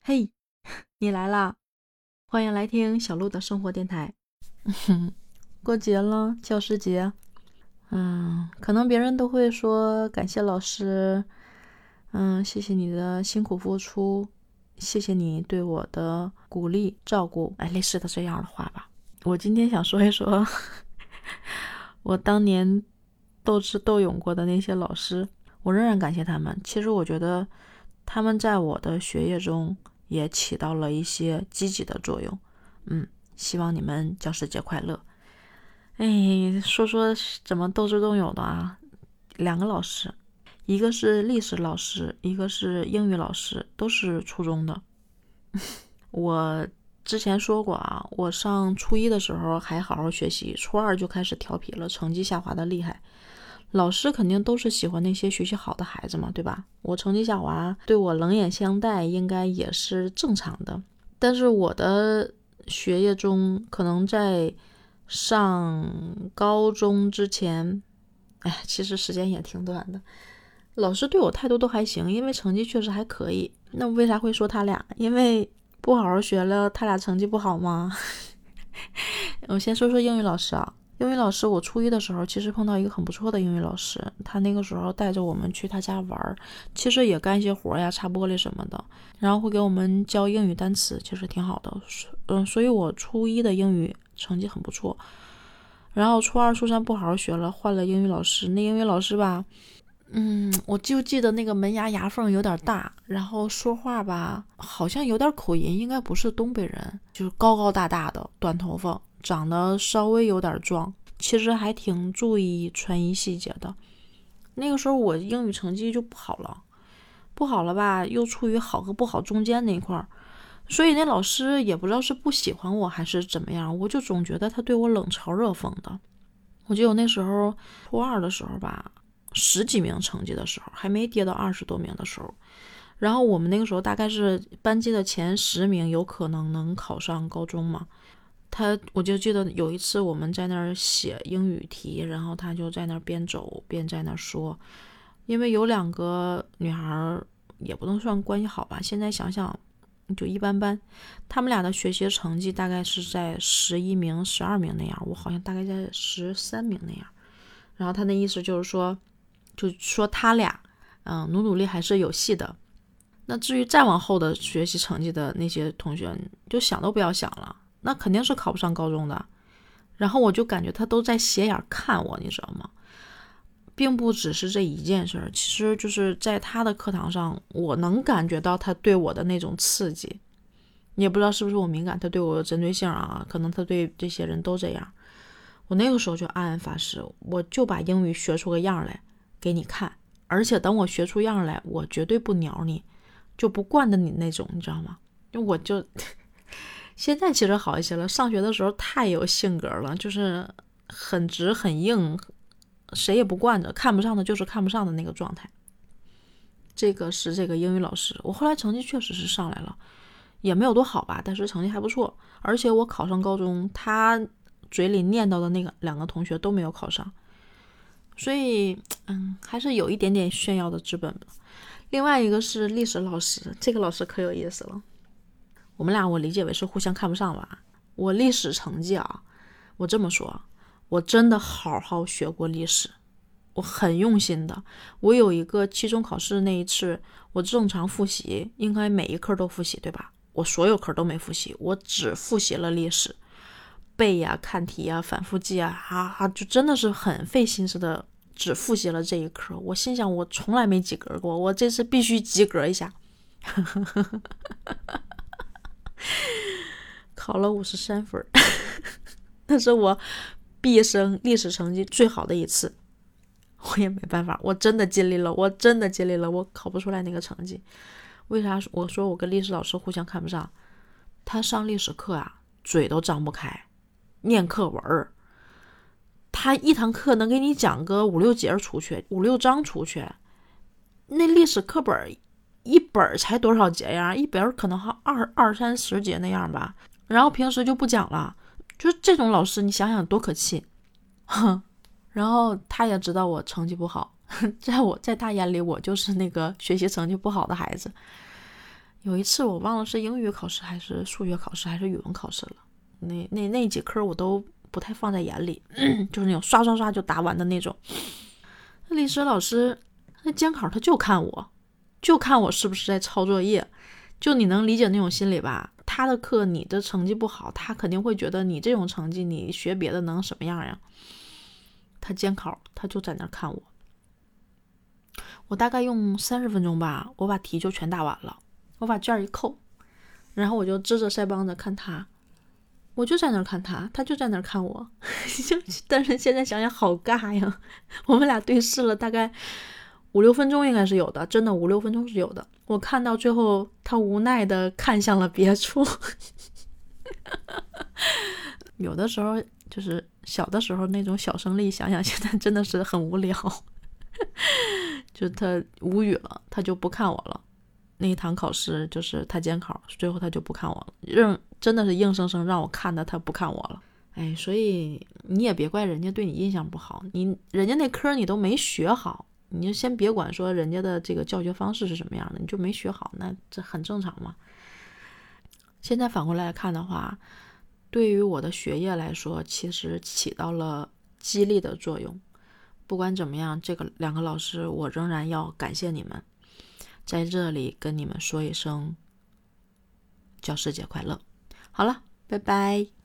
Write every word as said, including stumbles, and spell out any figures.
嘿，你来啦！欢迎来听小鹿的生活电台。过节了，教师节，嗯，可能别人都会说感谢老师，嗯，谢谢你的辛苦付出，谢谢你对我的鼓励照顾，哎，类似的这样的话吧。我今天想说一说我当年斗智斗勇过的那些老师，我仍然感谢他们。其实我觉得他们在我的学业中也起到了一些积极的作用。嗯，希望你们教师节快乐。哎，说说怎么斗智斗勇的啊？两个老师，一个是历史老师，一个是英语老师，都是初中的。我之前说过啊，我上初一的时候还好好学习，初二就开始调皮了，成绩下滑的厉害。老师肯定都是喜欢那些学习好的孩子嘛，对吧？我成绩下滑，对我冷眼相待应该也是正常的。但是我的学业中，可能在上高中之前，哎，其实时间也挺短的。老师对我态度都还行，因为成绩确实还可以。那为啥会说他俩？因为不好好学了，他俩成绩不好吗？我先说说英语老师啊。英语老师，我初一的时候其实碰到一个很不错的英语老师，他那个时候带着我们去他家玩，其实也干一些活呀，擦玻璃什么的，然后会给我们教英语单词，其实挺好的。嗯，所以我初一的英语成绩很不错。然后初二、初三不好好学了，换了英语老师。那英语老师吧，嗯，我就记得那个门牙牙缝有点大，然后说话吧，好像有点口音，应该不是东北人，就是高高大大的，短头发。长得稍微有点壮，其实还挺注意穿衣细节的。那个时候我英语成绩就不好了，不好了吧，又处于好和不好中间那一块儿，所以那老师也不知道是不喜欢我还是怎么样，我就总觉得他对我冷嘲热讽的。我记得我那时候初二的时候吧，十几名成绩的时候，还没跌到二十多名的时候，然后我们那个时候大概是班级的前十名，有可能能考上高中嘛。他我就记得有一次我们在那儿写英语题，然后他就在那儿边走边在那儿说，因为有两个女孩也不能算关系好吧，现在想想就一般般，他们俩的学习成绩大概是在十一名、十二名那样，我好像大概在十三名那样。然后他的意思就是说，就说他俩，嗯，努努力还是有戏的。那至于再往后的学习成绩的那些同学，就想都不要想了。那肯定是考不上高中的。然后我就感觉他都在斜眼看我，你知道吗？并不只是这一件事儿，其实就是在他的课堂上，我能感觉到他对我的那种刺激。也不知道是不是我敏感，他对我有针对性啊，可能他对这些人都这样。我那个时候就暗暗发誓，我就把英语学出个样来给你看，而且等我学出样来，我绝对不鸟你，就不惯着你那种，你知道吗？因为我就现在其实好一些了，上学的时候太有性格了，就是很直很硬，谁也不惯着，看不上的就是看不上的那个状态。这个是这个英语老师，我后来成绩确实是上来了，也没有多好吧，但是成绩还不错。而且我考上高中，他嘴里念叨的那个两个同学都没有考上，所以嗯，还是有一点点炫耀的资本的。另外一个是历史老师，这个老师可有意思了。我们俩我理解为是互相看不上吧。我历史成绩啊，我这么说，我真的好好学过历史，我很用心的。我有一个期中考试那一次，我正常复习，应该每一科都复习对吧？我所有科都没复习，我只复习了历史，背呀、看题呀、反复记啊，啊，就真的是很费心思的，只复习了这一科。我心想，我从来没及格过，我这次必须及格一下。考了五十三分，那是我毕生历史成绩最好的一次。我也没办法，我真的尽力了，我真的尽力了，我考不出来那个成绩。为啥我说我跟历史老师互相看不上？他上历史课啊，嘴都张不开，念课文儿，他一堂课能给你讲个五六节出去，五六章出去。那历史课本一本才多少节呀？一本可能还二二三十节那样吧。然后平时就不讲了，就是这种老师，你想想多可气。然后他也知道我成绩不好，在我在他眼里，我就是那个学习成绩不好的孩子。 有一次我忘了是英语考试还是数学考试还是语文考试了，那那那几科我都不太放在眼里，就是那种刷刷刷就答完的那种。历史老师那监考他就看我，就看我是不是在抄作业，就你能理解那种心理吧？他的课你的成绩不好，他肯定会觉得你这种成绩你学别的能什么样呀？他监考他就在那看我，我大概用三十分钟吧，我把题就全答完了，我把卷一扣，然后我就支着腮帮子看他，我就在那看他，他就在那看我。但是现在想想好尬呀，我们俩对视了大概五六分钟应该是有的，真的五六分钟是有的。我看到最后他无奈的看向了别处。有的时候就是小的时候那种小胜利，想想现在真的是很无聊。就他无语了，他就不看我了。那一堂考试就是他监考，最后他就不看我了，认真的是硬生生让我看的他不看我了。哎，所以你也别怪人家对你印象不好，你人家那科你都没学好，你就先别管说人家的这个教学方式是什么样的，你就没学好，那这很正常嘛。现在反过来看的话，对于我的学业来说，其实起到了激励的作用。不管怎么样，这个两个老师我仍然要感谢你们，在这里跟你们说一声教师节快乐。好了，拜拜。